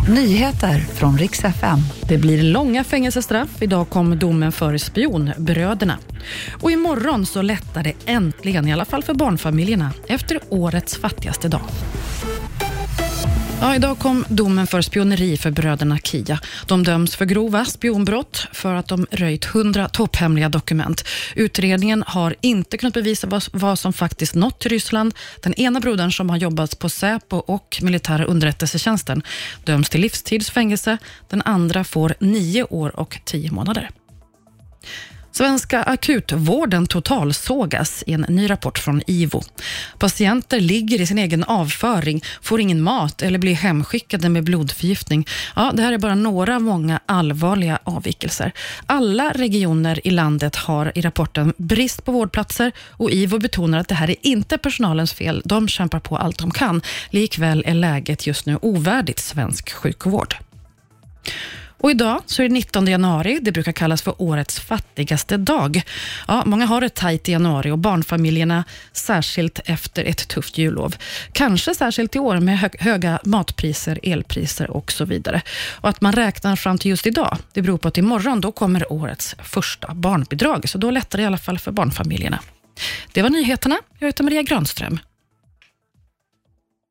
Nyheter från Rix FM. Det blir långa fängelsestraff. Idag kom domen för spionbröderna. Och imorgon så lättar det äntligen, i alla fall för barnfamiljerna, efter årets fattigaste dag. Ja, idag kom domen för spioneri för bröderna Kia. De döms för grova spionbrott för att de röjt 100 topphemliga dokument. Utredningen har inte kunnat bevisa vad som faktiskt nått till Ryssland. Den ena brodern, som har jobbat på Säpo och militära underrättelsetjänsten, döms till livstidsfängelse. Den andra får 9 år och 10 månader. Svenska akutvården totalsågas i en ny rapport från IVO. Patienter ligger i sin egen avföring, får ingen mat eller blir hemskickade med blodförgiftning. Ja, det här är bara några av många allvarliga avvikelser. Alla regioner i landet har i rapporten brist på vårdplatser, och IVO betonar att det här är inte personalens fel. De kämpar på allt de kan. Likväl är läget just nu ovärdigt svensk sjukvård. Och idag så är det 19 januari, det brukar kallas för årets fattigaste dag. Ja, många har det tajt i januari, och barnfamiljerna särskilt efter ett tufft jullov. Kanske särskilt i år med höga matpriser, elpriser och så vidare. Och att man räknar fram till just idag, det beror på att imorgon då kommer årets första barnbidrag. Så då lättar det i alla fall för barnfamiljerna. Det var nyheterna. Jag heter Maria Granström.